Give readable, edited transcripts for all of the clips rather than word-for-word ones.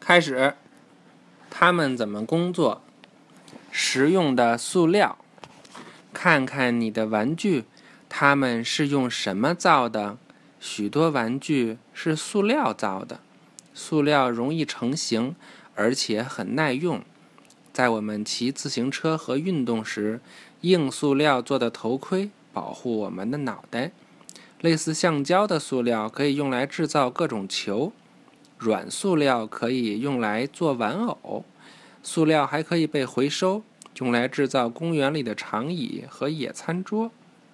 开始。它们怎么工作？实用的塑料。看看你的玩具，它们是用什么造的？许多玩具是塑料造的。塑料容易成型，而且很耐用。在我们骑自行车和运动时，硬塑料做的头盔保护我们的脑袋。类似橡胶的塑料可以用来制造各种球，软塑料可以用来做玩偶，塑料还可以被回收，用来制造公园里的长椅和野餐桌。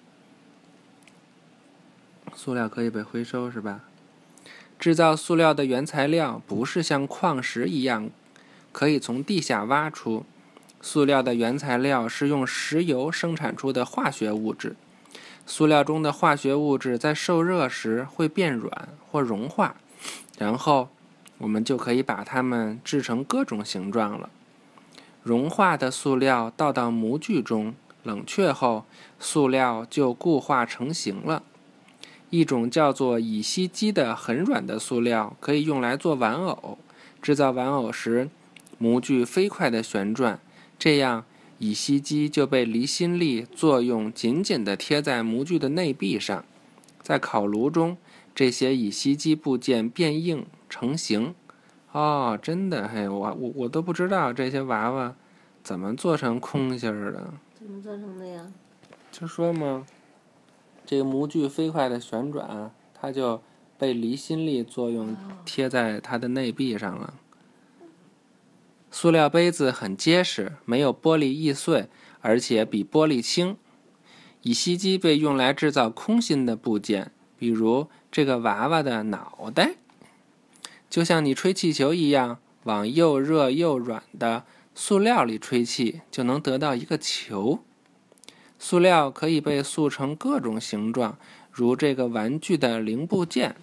塑料可以被回收是吧？制造塑料的原材料不是像矿石一样可以从地下挖出，塑料的原材料是用石油生产出的化学物质。塑料中的化学物质在受热时会变软或融化，然后我们就可以把它们制成各种形状了。融化的塑料倒到模具中，冷却后，塑料就固化成型了。一种叫做乙烯基的很软的塑料可以用来做玩偶。制造玩偶时，模具飞快地旋转，这样乙烯基就被离心力作用紧紧地贴在模具的内壁上。在烤炉中，这些乙烯基部件变硬成型。哦，真的，嘿，我都不知道这些娃娃怎么做成空心儿的。 怎么做成的呀？ 就说嘛，这个模具飞快的旋转，它就被离心力作用贴在它的内壁上了。塑料杯子很结实，没有玻璃易碎，而且比玻璃轻。乙烯基被用来制造空心的部件，比如这个娃娃的脑袋。就像你吹气球一样，往又热又软的塑料里吹气，就能得到一个球。塑料可以被塑成各种形状，如这个玩具的零部件。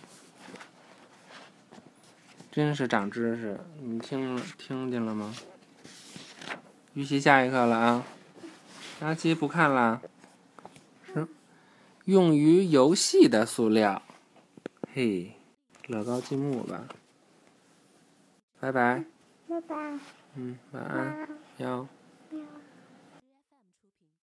真是长知识，你听见了吗？预习下一课了啊！下期不看了。是用于游戏的塑料。嘿，乐高积木吧。拜拜。 拜拜。 晚安，喵。